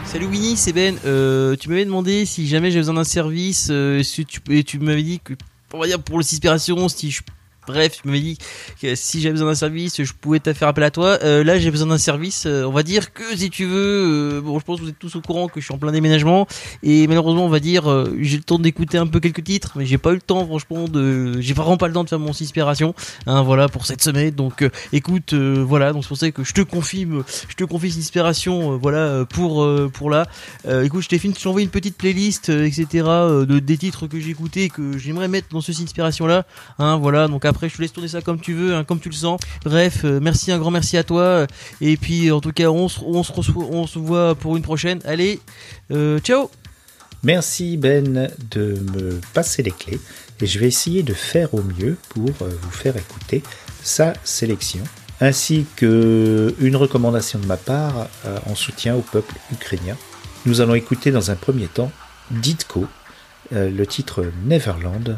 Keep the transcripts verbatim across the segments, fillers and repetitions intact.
Salut Winnie, c'est Ben. Euh, tu m'avais demandé si jamais j'avais besoin d'un service, euh, si tu, et tu m'avais dit que, on va dire pour le Cispiration, si je, bref, tu m'avais dit que si j'avais besoin d'un service, je pouvais te faire appel à toi. Euh, là, j'ai besoin d'un service. Euh, on va dire que si tu veux, euh, bon, je pense que vous êtes tous au courant que je suis en plein déménagement et malheureusement, on va dire, euh, j'ai le temps d'écouter un peu quelques titres, mais j'ai pas eu le temps, franchement, de, j'ai vraiment pas le temps de faire mon Cispiration. Hein, voilà pour cette semaine. Donc, euh, écoute, euh, voilà, donc c'est pour ça que je te confirme, je te confie cette inspiration, euh, voilà, pour euh, pour là. Euh, écoute, je t'ai fait, je t'ai envoyé une petite playlist, euh, et cetera. Euh, de des titres que j'ai écoutés et que j'aimerais mettre dans ce inspiration là. Hein, voilà. Donc après, je te laisse tourner ça comme tu veux, hein, comme tu le sens. Bref, euh, merci, un grand merci à toi. Et puis, en tout cas, on se on se reçoit, on se voit pour une prochaine. Allez, euh, ciao. Merci Ben de me passer les clés et je vais essayer de faire au mieux pour vous faire écouter sa sélection, ainsi qu'une recommandation de ma part euh, en soutien au peuple ukrainien. Nous allons écouter dans un premier temps Ditko, euh, le titre Neverland.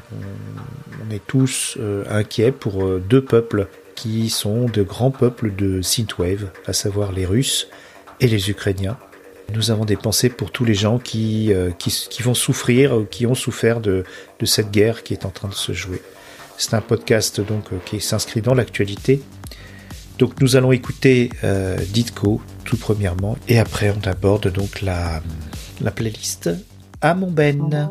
On, on est tous euh, inquiets pour euh, deux peuples qui sont de grands peuples de synthwave, à savoir les Russes et les Ukrainiens. Nous avons des pensées pour tous les gens qui, euh, qui, qui vont souffrir ou qui ont souffert de, de cette guerre qui est en train de se jouer. C'est un podcast donc euh, qui s'inscrit dans l'actualité. Donc nous allons écouter euh, Ditko tout premièrement et après on aborde donc la, la playlist à mon Ben.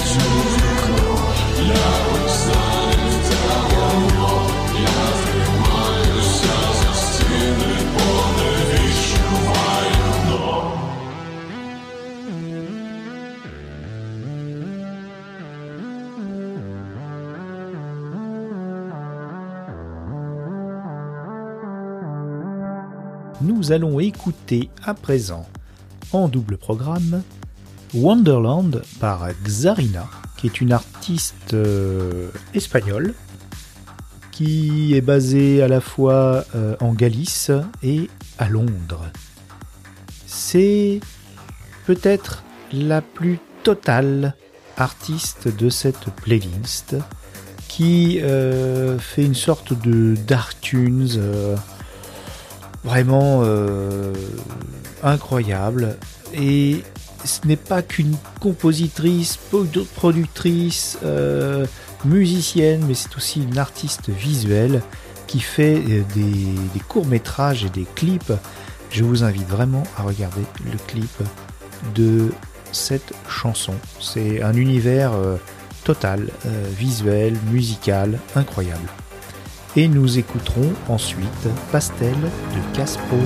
Yeah. nous allons écouter à présent, en double programme, Wonderland par Xarina, qui est une artiste euh, espagnole, qui est basée à la fois euh, en Galice et à Londres. C'est peut-être la plus totale artiste de cette playlist, qui euh, fait une sorte de dark tunes euh, vraiment euh, incroyable. Et ce n'est pas qu'une compositrice, productrice, euh, musicienne, mais c'est aussi une artiste visuelle qui fait des, des courts-métrages et des clips. Je vous invite vraiment à regarder le clip de cette chanson. C'est un univers euh, total, euh, visuel, musical, incroyable. Et nous écouterons ensuite Pastel de Caspro.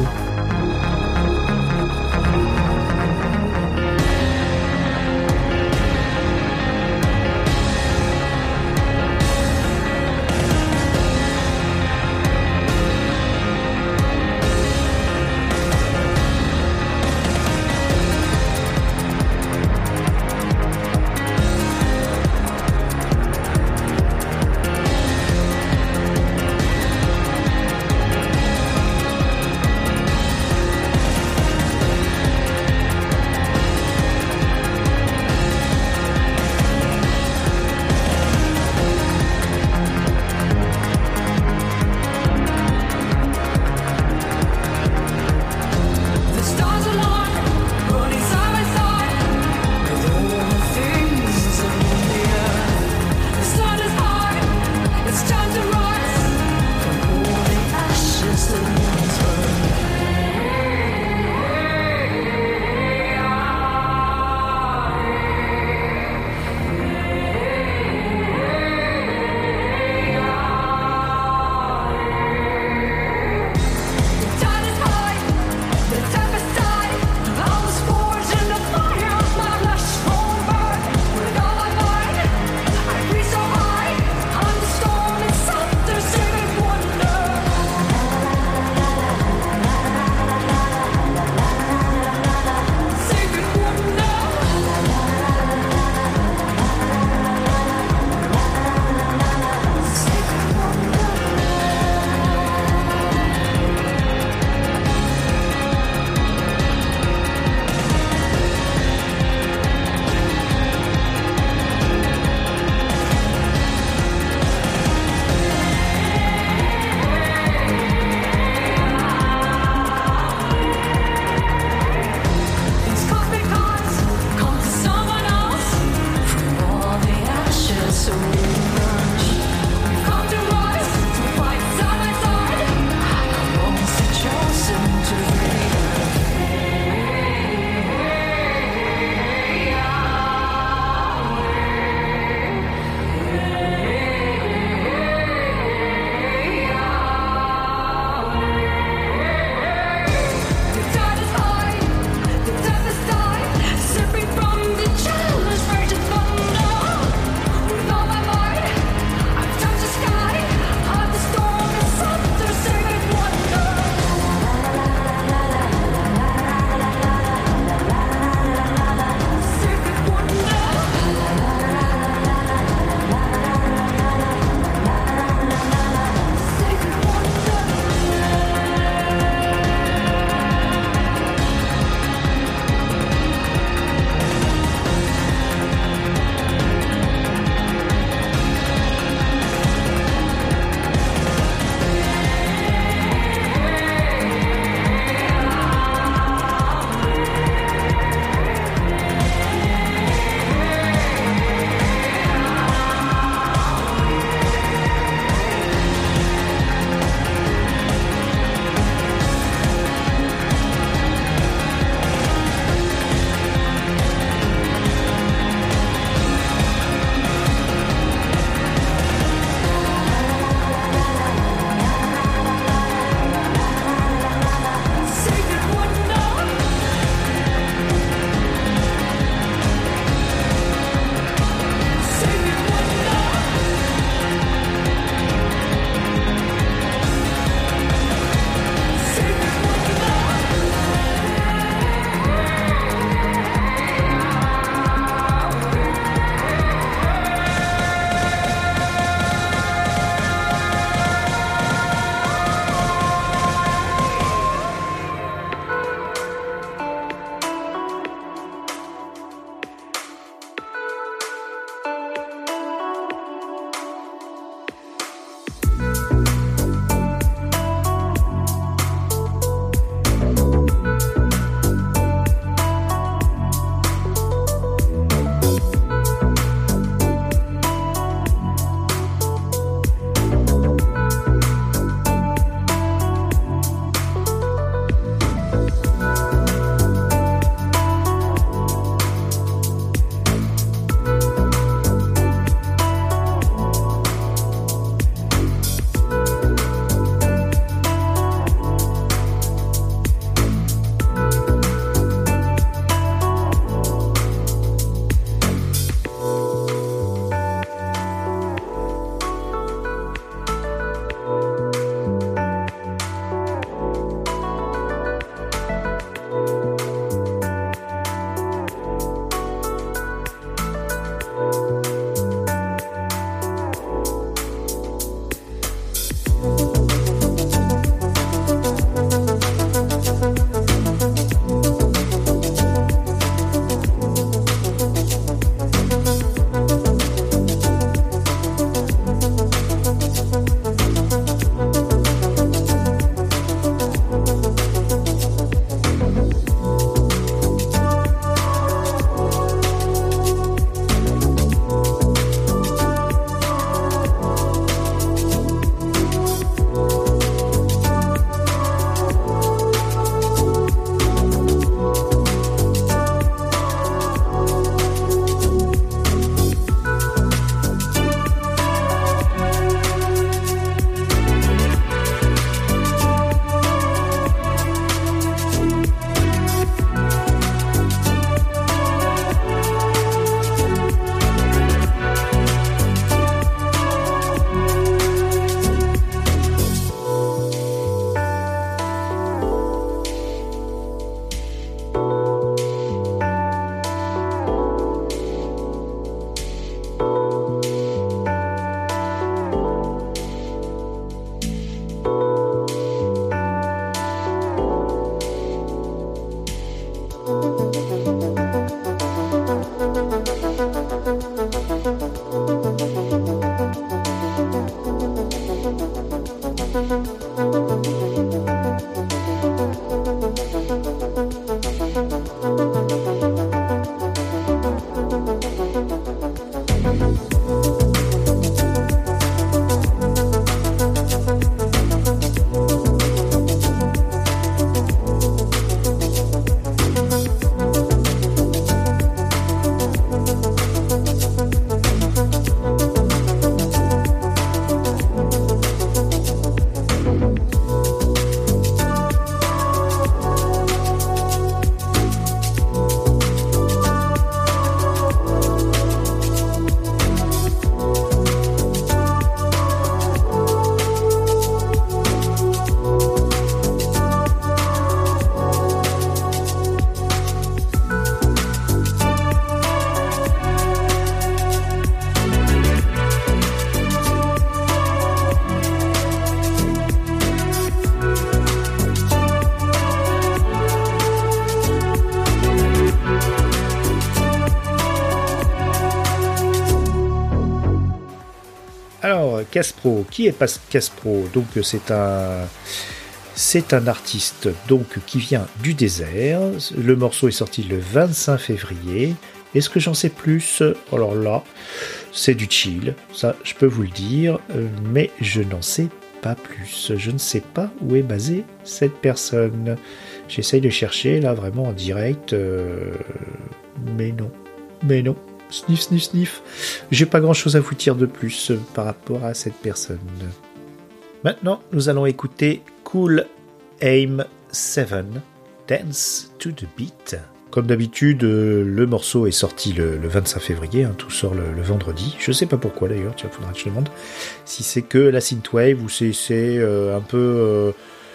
Alors, Caspro, qui est pas Caspro? Donc c'est un c'est un artiste donc qui vient du désert. Le morceau est sorti le vingt-cinq février. Est-ce que j'en sais plus? Alors là, c'est du chill, ça je peux vous le dire, mais je n'en sais pas plus. Je ne sais pas où est basée cette personne. J'essaye de chercher là vraiment en direct, euh... mais non, mais non. Sniff, sniff, sniff. J'ai pas grand chose à vous dire de plus par rapport à cette personne. Maintenant, nous allons écouter Cool Aim sept, Dance to the Beat. Comme d'habitude, euh, le morceau est sorti le, le vingt-cinq février, hein, tout sort le, le vendredi. Je sais pas pourquoi d'ailleurs, tiens, faudra que je demande si c'est que la synthwave ou si c'est euh, un peu euh,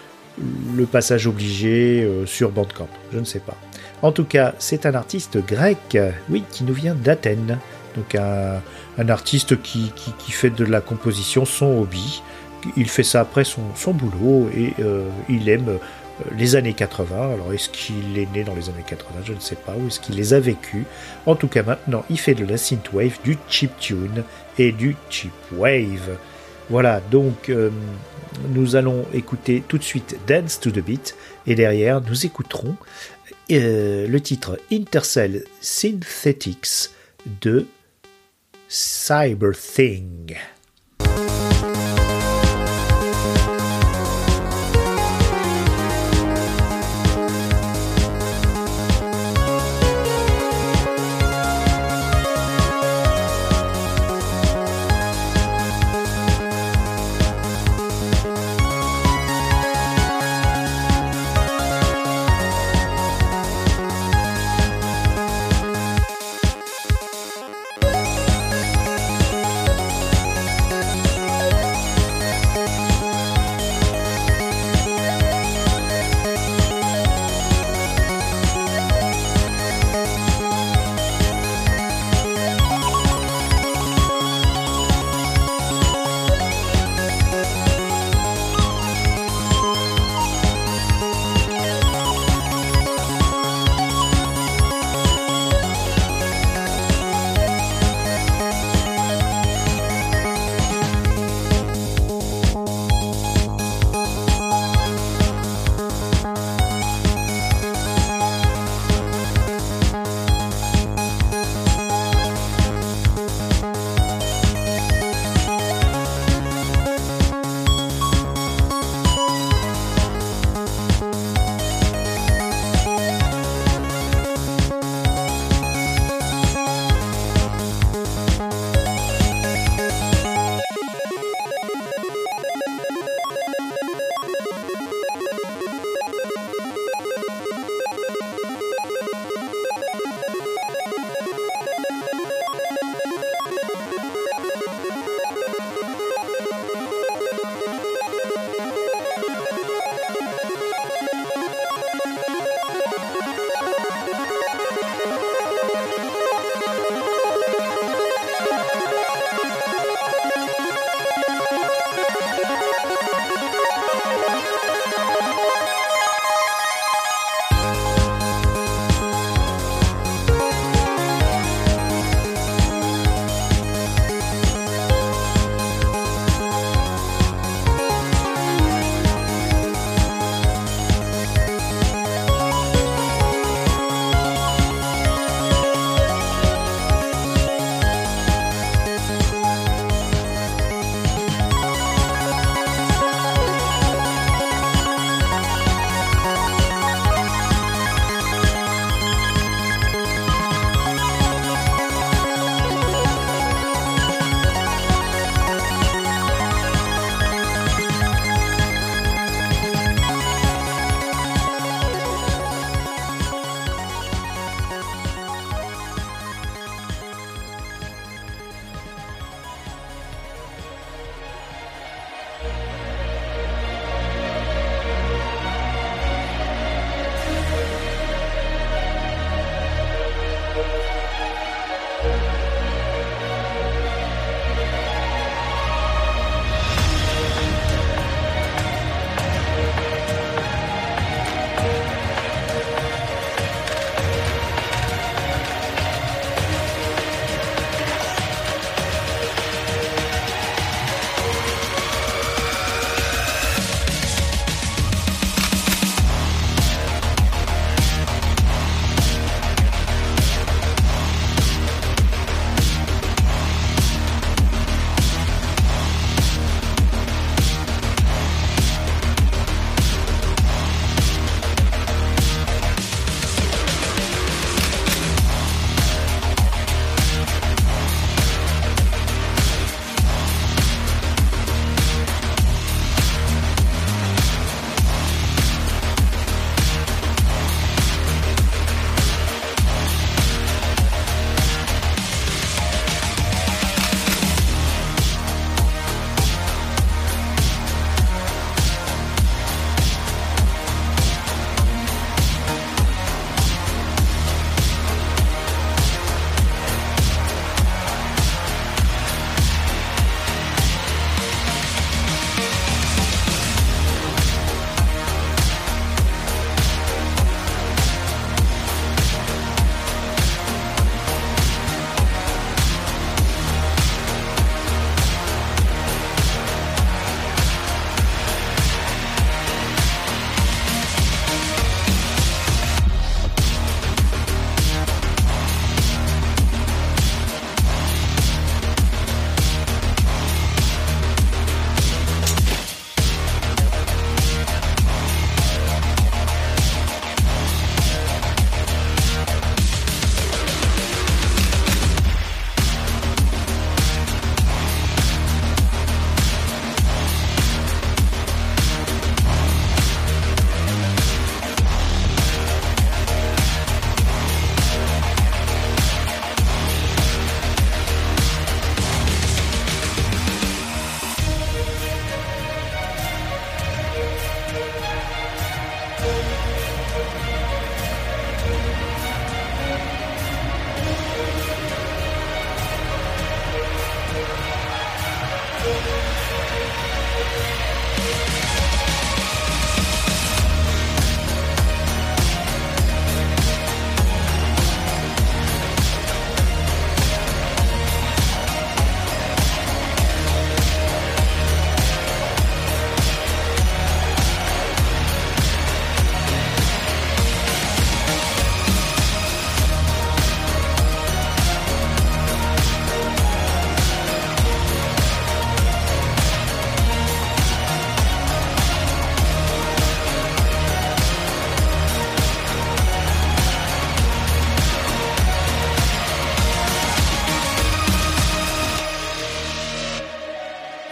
le passage obligé euh, sur Bandcamp. Je ne sais pas. En tout cas, c'est un artiste grec, oui, qui nous vient d'Athènes. Donc un, un artiste qui, qui, qui fait de la composition son hobby. Il fait ça après son, son boulot et euh, il aime les années quatre-vingts. Alors est-ce qu'il est né dans les années quatre-vingts? Je ne sais pas. Ou est-ce qu'il les a vécues? En tout cas, maintenant, il fait de la synthwave, du chiptune et du chipwave. Voilà, donc euh, nous allons écouter tout de suite Dance to the Beat et derrière, nous écouterons Euh, le titre Intercell Synthetics de Cyberthing.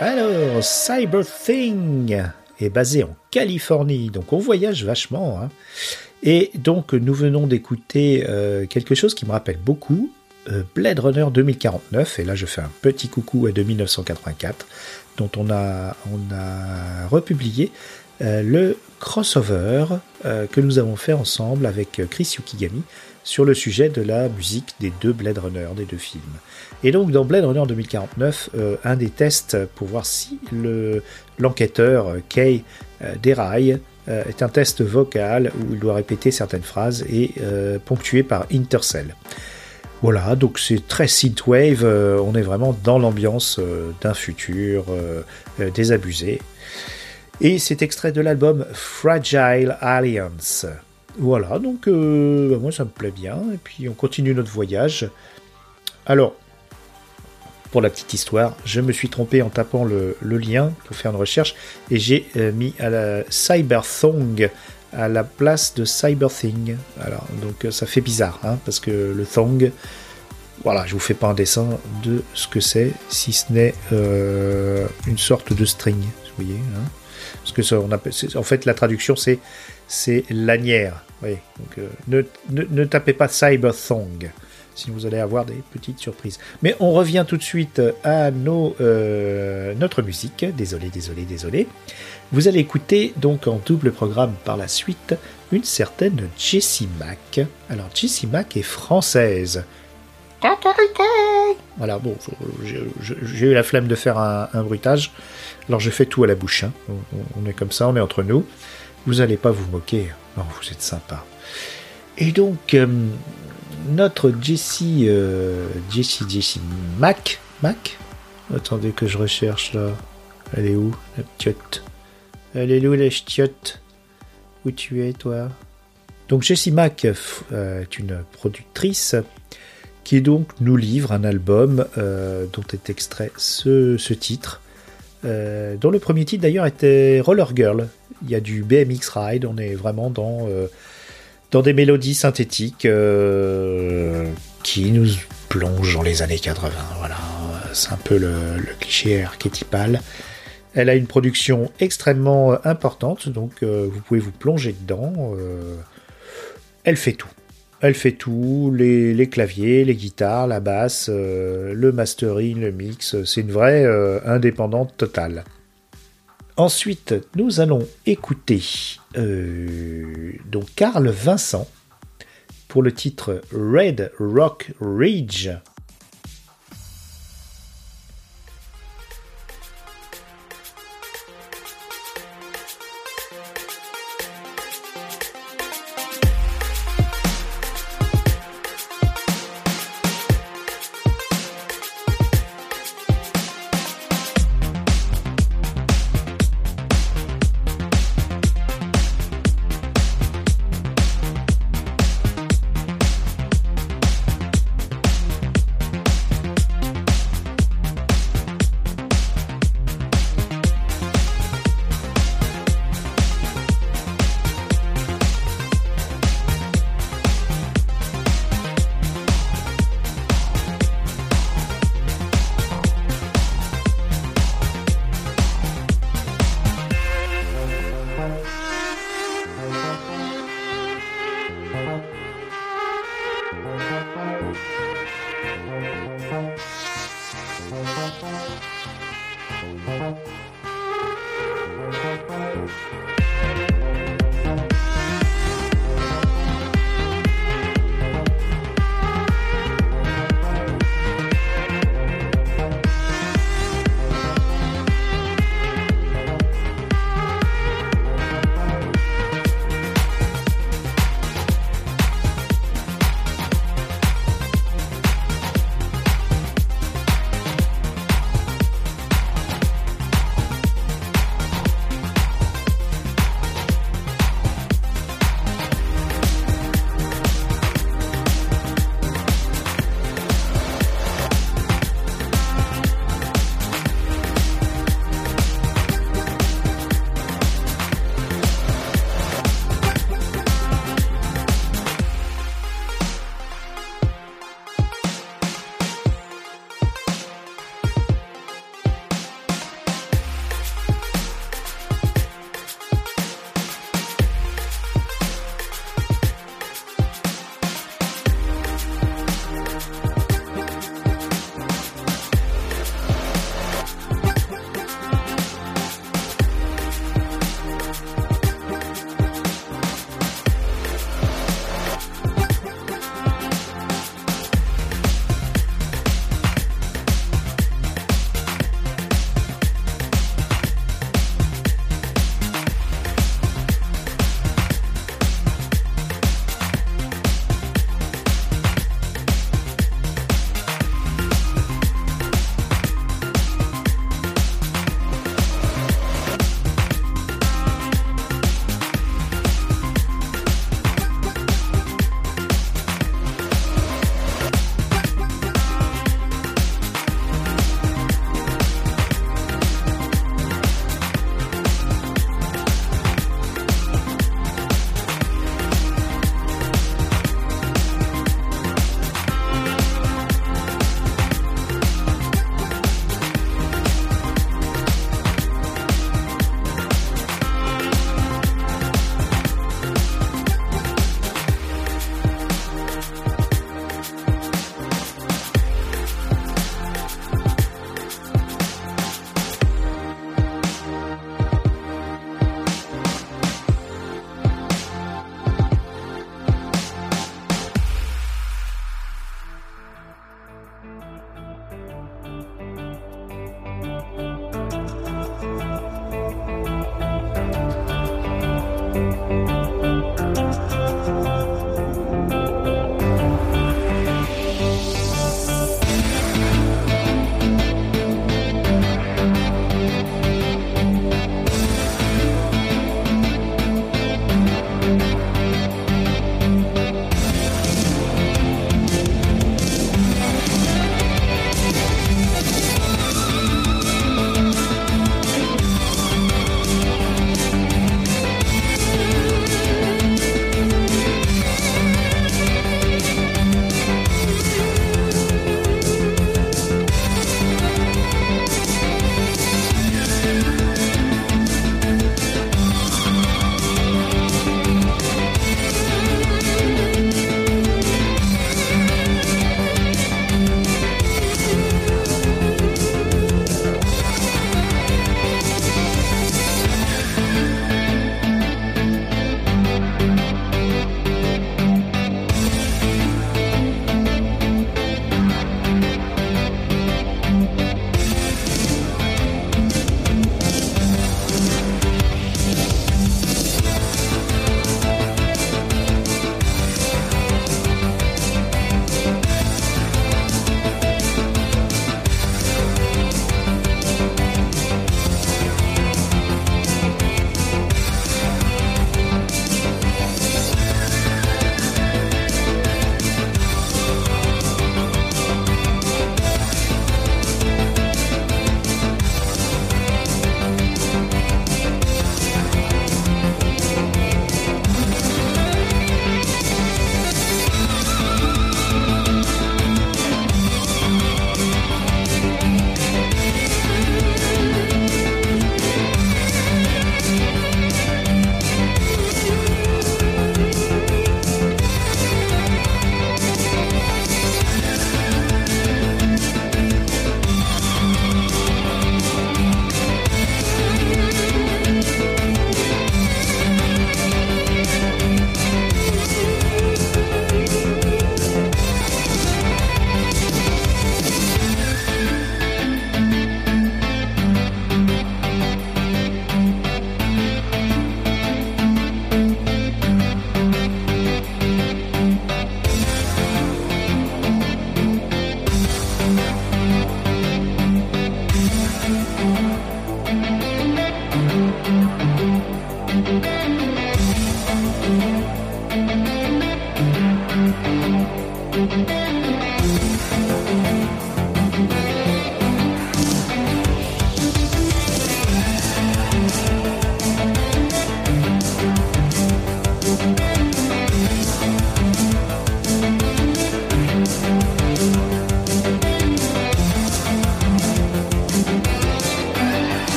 Alors, Cyber Thing est basé en Californie, donc on voyage vachement. Hein. Et donc, nous venons d'écouter euh, quelque chose qui me rappelle beaucoup, euh, Blade Runner deux mille quarante-neuf, et là je fais un petit coucou à deux mille neuf cent quatre-vingt-quatre, dont on a, on a republié euh, le crossover euh, que nous avons fait ensemble avec Chris Yukigami sur le sujet de la musique des deux Blade Runner, des deux films. Et donc dans Blade Runner deux mille quarante-neuf, euh, un des tests pour voir si le, l'enquêteur Kay euh, déraille euh, est un test vocal où il doit répéter certaines phrases et euh, ponctué par intercell. Voilà, donc c'est très synthwave, euh, on est vraiment dans l'ambiance euh, d'un futur euh, euh, désabusé. Et c'est extrait de l'album Fragile Alliance. Voilà, donc euh, bah moi ça me plaît bien, et puis on continue notre voyage. Alors, pour la petite histoire, je me suis trompé en tapant le, le lien pour faire une recherche, et j'ai euh, mis à la Cyberthong à la place de Cyberthing. Alors, donc ça fait bizarre, hein, parce que le thong, voilà, je vous fais pas un dessin de ce que c'est, si ce n'est euh, une sorte de string, vous voyez, hein. Parce que ça, on appelle, en fait, la traduction, c'est, c'est lanière. Oui, donc euh, ne, ne, ne tapez pas Cyberthong, sinon vous allez avoir des petites surprises. Mais on revient tout de suite à nos, euh, notre musique. Désolé, désolé, désolé. Vous allez écouter donc en double programme par la suite une certaine Jessie Mack. Alors, Jessie Mack est française. Voilà, bon, faut, j'ai, j'ai eu la flemme de faire un, un bruitage. Alors je fais tout à la bouche, hein. on, on est comme ça, on est entre nous. Vous n'allez pas vous moquer, non, vous êtes sympa. Et donc, euh, notre Jessie, euh, Jessie, Jessie Mack, Mack. Attendez que je recherche là. Elle est où, la petite? Elle est où la ch'tiotte? Où tu es, toi? Donc Jessie Mack euh, est une productrice qui donc nous livre un album euh, dont est extrait ce, ce titre. Euh, dont le premier titre d'ailleurs était Roller Girl. Il y a du B M X Ride, on est vraiment dans, euh, dans des mélodies synthétiques euh, qui nous plongent dans les années quatre-vingts. Voilà, c'est un peu le, le cliché archétypal. Elle a une production extrêmement importante, donc euh, vous pouvez vous plonger dedans. Euh, elle fait tout. Elle fait tout, les, les claviers, les guitares, la basse, euh, le mastering, le mix, c'est une vraie euh, indépendante totale. Ensuite, nous allons écouter euh, donc Carl Vincent pour le titre Red Rock Ridge.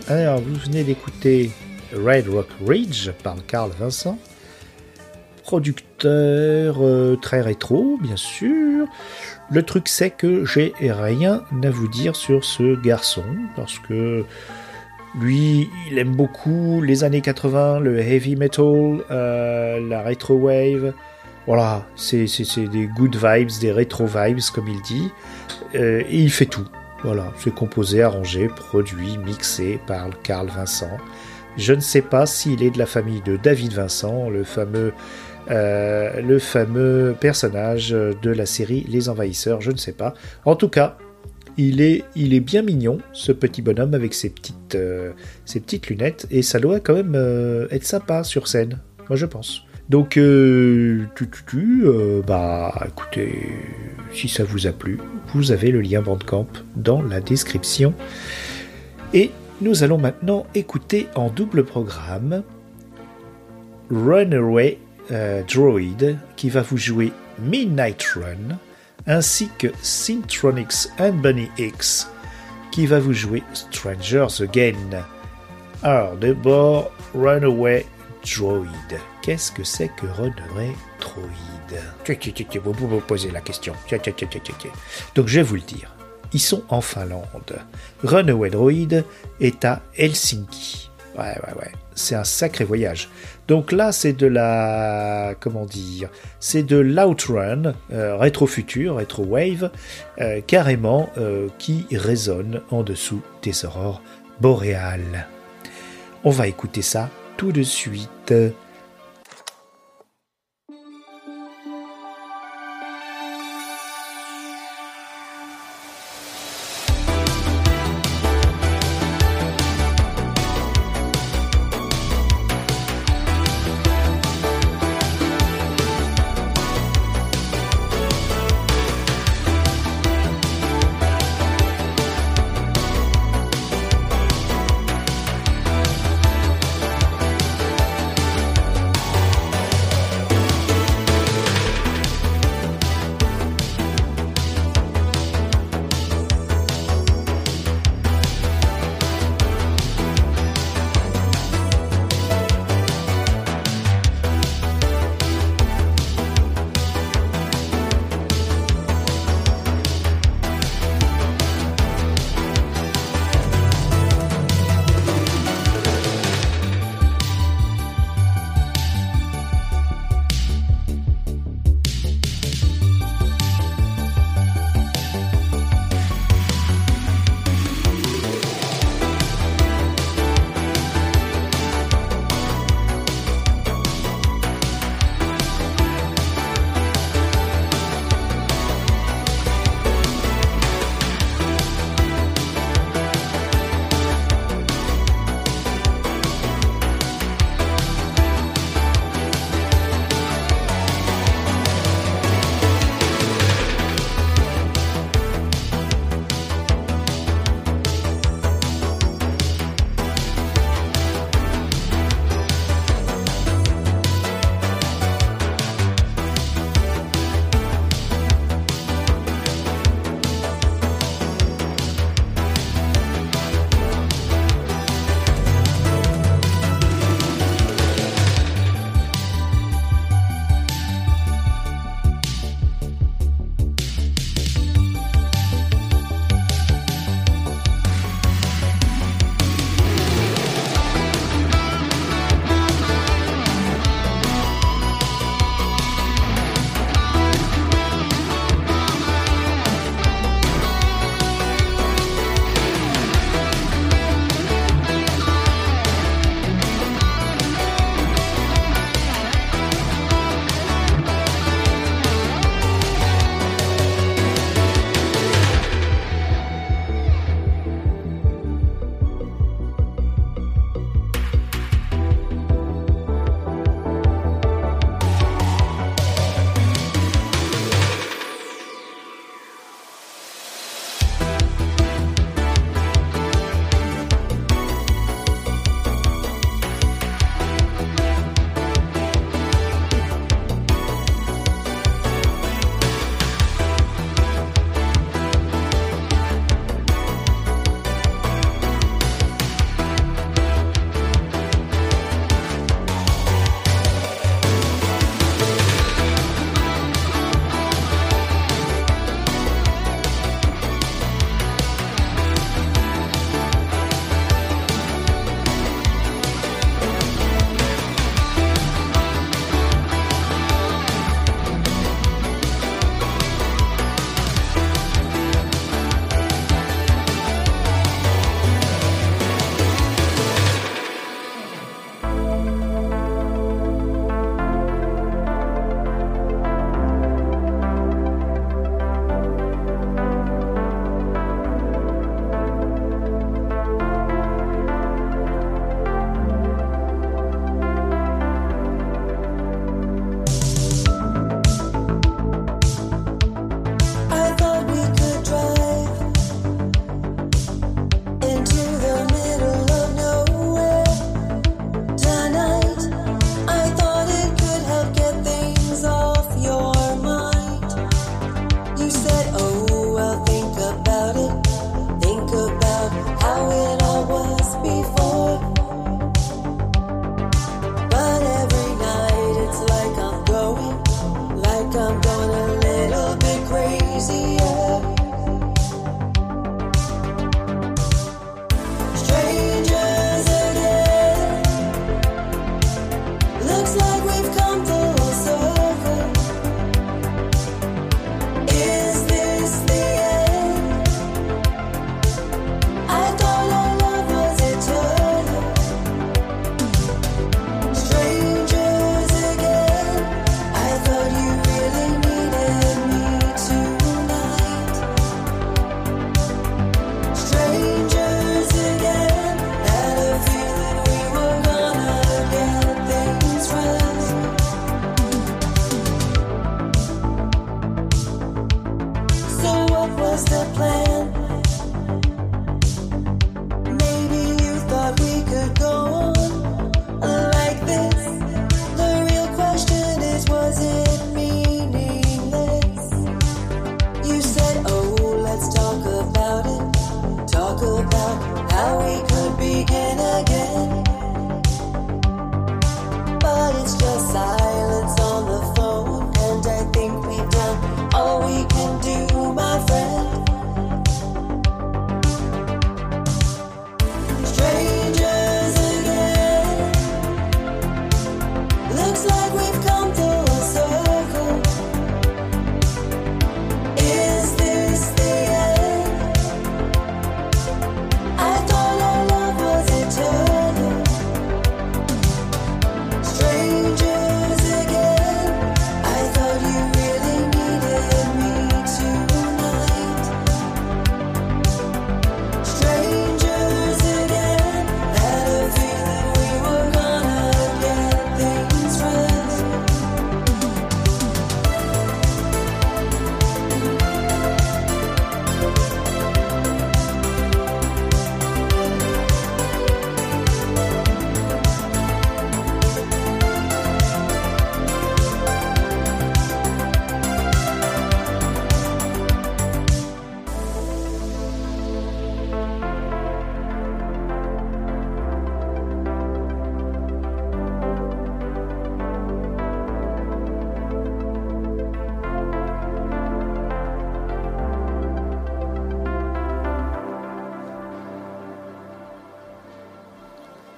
Alors, vous venez d'écouter Red Rock Ridge par Carl Vincent, producteur euh, très rétro, bien sûr. Le truc, c'est que j'ai rien à vous dire sur ce garçon, parce que lui, il aime beaucoup les années quatre-vingts, le heavy metal, euh, la retro wave. Voilà, c'est, c'est, c'est des good vibes, des retro vibes, comme il dit. Euh, et il fait tout. Voilà, c'est composé, arrangé, produit, mixé par Carl Vincent. Je ne sais pas s'il est de la famille de David Vincent, le fameux, euh, le fameux personnage de la série Les Envahisseurs, je ne sais pas. En tout cas, il est, il est bien mignon, ce petit bonhomme avec ses petites, euh, ses petites lunettes, et ça doit quand même euh, être sympa sur scène, moi je pense. Donc, euh, tu, tu, tu, euh, bah, écoutez, si ça vous a plu, vous avez le lien Bandcamp dans la description. Et nous allons maintenant écouter en double programme Runaway euh, Droid, qui va vous jouer Midnight Run, ainsi que Syntronics and Bunny X, qui va vous jouer Strangers Again. Alors, d'abord, Runaway Droid. Qu'est-ce que c'est que Runaway Droid? Vous vous posez la question. Donc, je vais vous le dire. Ils sont en Finlande. Runaway Droid est à Helsinki. Ouais, ouais, ouais. C'est un sacré voyage. Donc là, c'est de la... Comment dire? C'est de l'outrun, euh, rétro-futur, rétro-wave, euh, carrément, euh, qui résonne en dessous des aurores boréales. On va écouter ça tout de suite.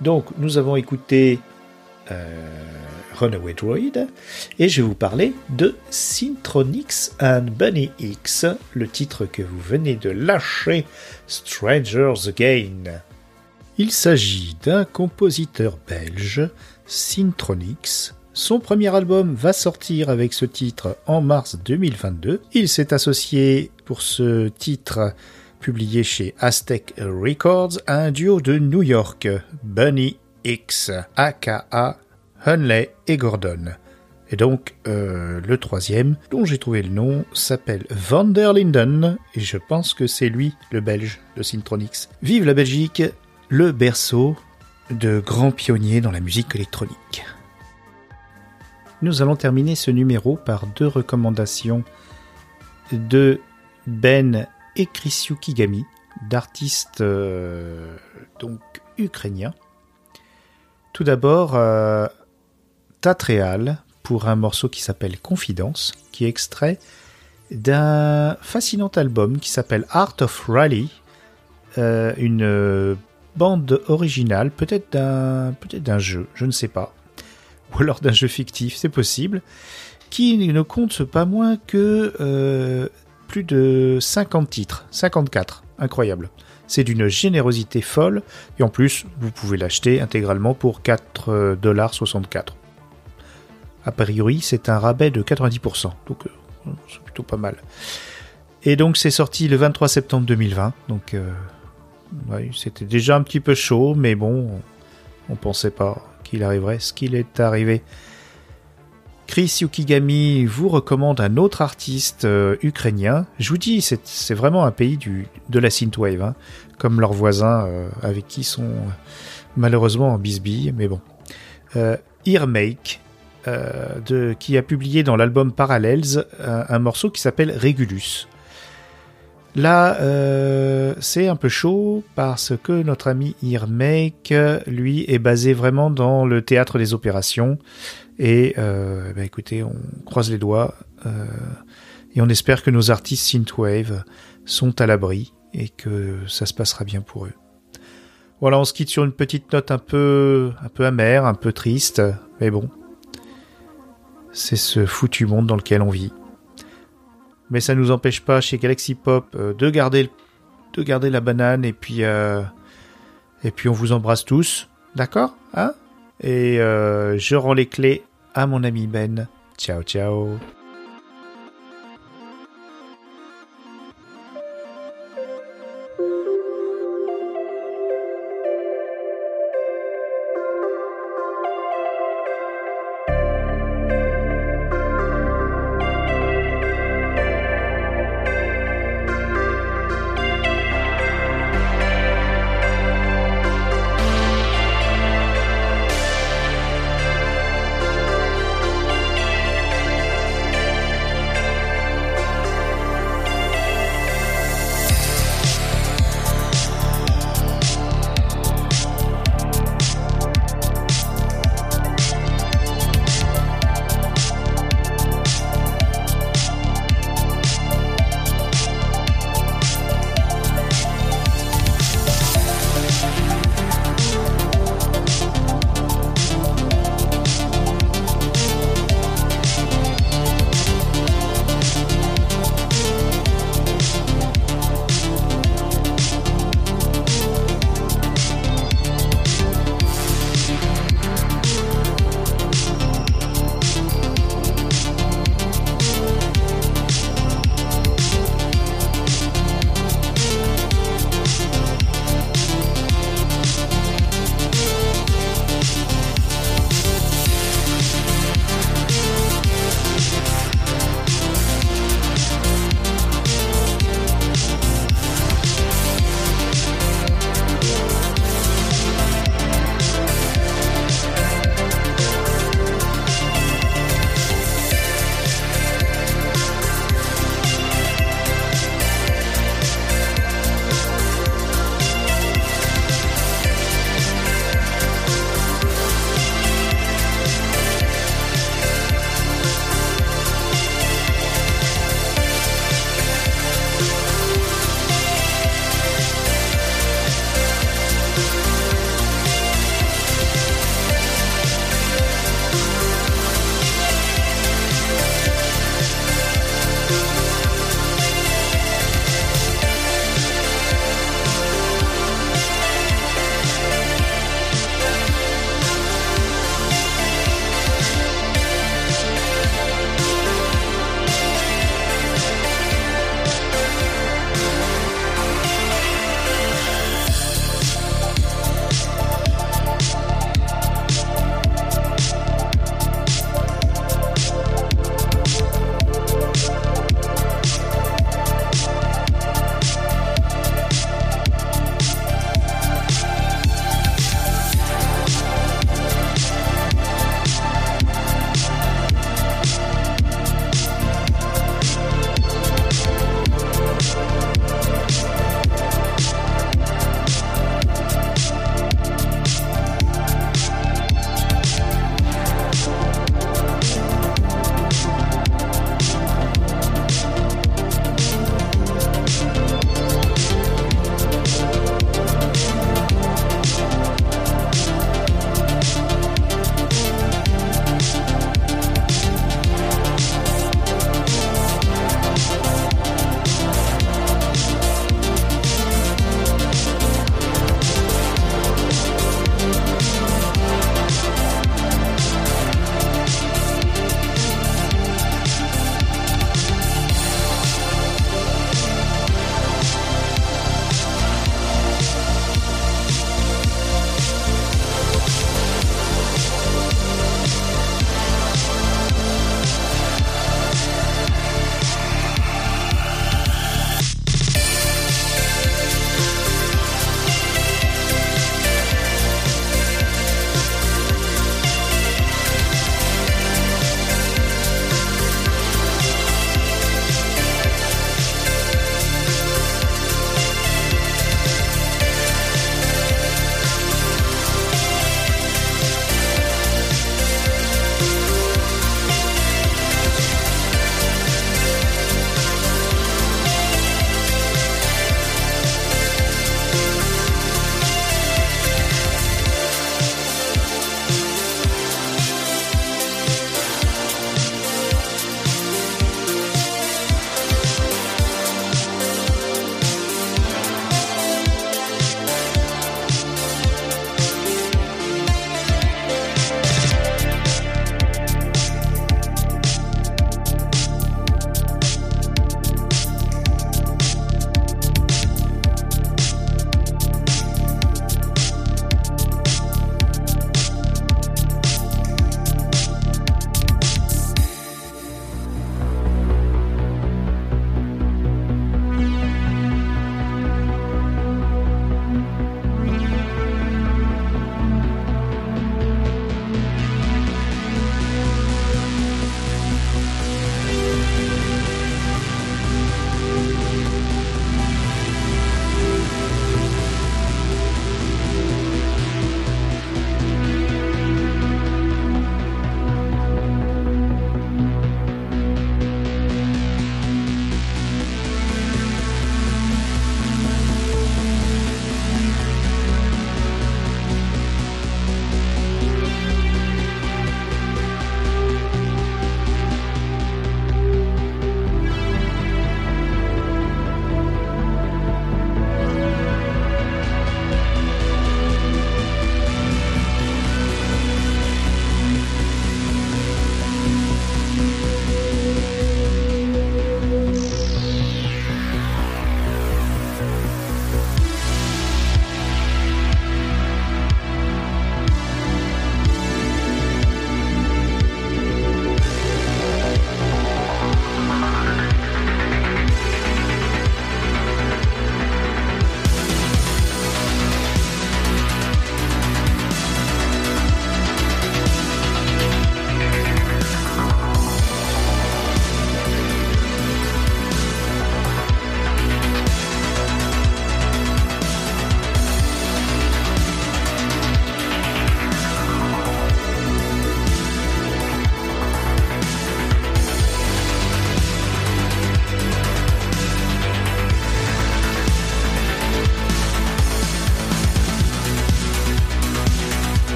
Donc, nous avons écouté euh, Runaway Droid, et je vais vous parler de Synthronix and Bunny X, le titre que vous venez de lâcher, Strangers Again. Il s'agit d'un compositeur belge, Synthronix. Son premier album va sortir avec ce titre en mars deux mille vingt-deux. Il s'est associé pour ce titre publié chez Aztec Records à un duo de New York, Bunny X, aka Hunley et Gordon. Et donc, euh, le troisième, dont j'ai trouvé le nom, s'appelle Van der Linden, et je pense que c'est lui, le belge, de Synthronix. Vive la Belgique, le berceau de grands pionniers dans la musique électronique. Nous allons terminer ce numéro par deux recommandations de Ben et Chris Yukigami, d'artistes euh, donc ukrainiens. Tout d'abord, euh, Tatreal, pour un morceau qui s'appelle Confidence, qui est extrait d'un fascinant album qui s'appelle Art of Rally, euh, une euh, bande originale, peut-être d'un, peut-être d'un jeu, je ne sais pas, ou alors d'un jeu fictif, c'est possible, qui ne compte pas moins que euh, plus de cinquante titres, cinquante-quatre, incroyable. C'est d'une générosité folle, et en plus, vous pouvez l'acheter intégralement pour quatre dollars soixante-quatre. A priori, c'est un rabais de quatre-vingt-dix pour cent, donc euh, c'est plutôt pas mal. Et donc, c'est sorti le vingt-trois septembre deux mille vingt, donc euh, ouais, c'était déjà un petit peu chaud, mais bon, on, on pensait pas qu'il arriverait ce qu'il est arrivé. Chris Yukigami vous recommande un autre artiste euh, ukrainien. Je vous dis, c'est, c'est vraiment un pays du, de la synthwave, hein, comme leurs voisins euh, avec qui ils sont euh, malheureusement en bisbille, mais bon. Euh, Earmake, euh, de, qui a publié dans l'album Parallels un, un morceau qui s'appelle Regulus. Là, euh, c'est un peu chaud parce que notre ami Earmake, lui, est basé vraiment dans le théâtre des opérations. Et euh, bah écoutez, on croise les doigts euh, et on espère que nos artistes synthwave sont à l'abri et que ça se passera bien pour eux. Voilà, on se quitte sur une petite note un peu, un peu amère, un peu triste, mais bon, c'est ce foutu monde dans lequel on vit. Mais ça nous empêche pas chez Galaxy Pop euh, de garder, de garder la banane et puis, euh, et puis on vous embrasse tous, d'accord, hein? Et euh, je rends les clés à mon ami Ben. Ciao, ciao.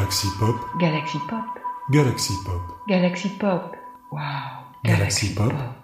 Galaxy Pop. Galaxy Pop. Galaxy Pop. Galaxy Pop. Wow. Galaxy Pop.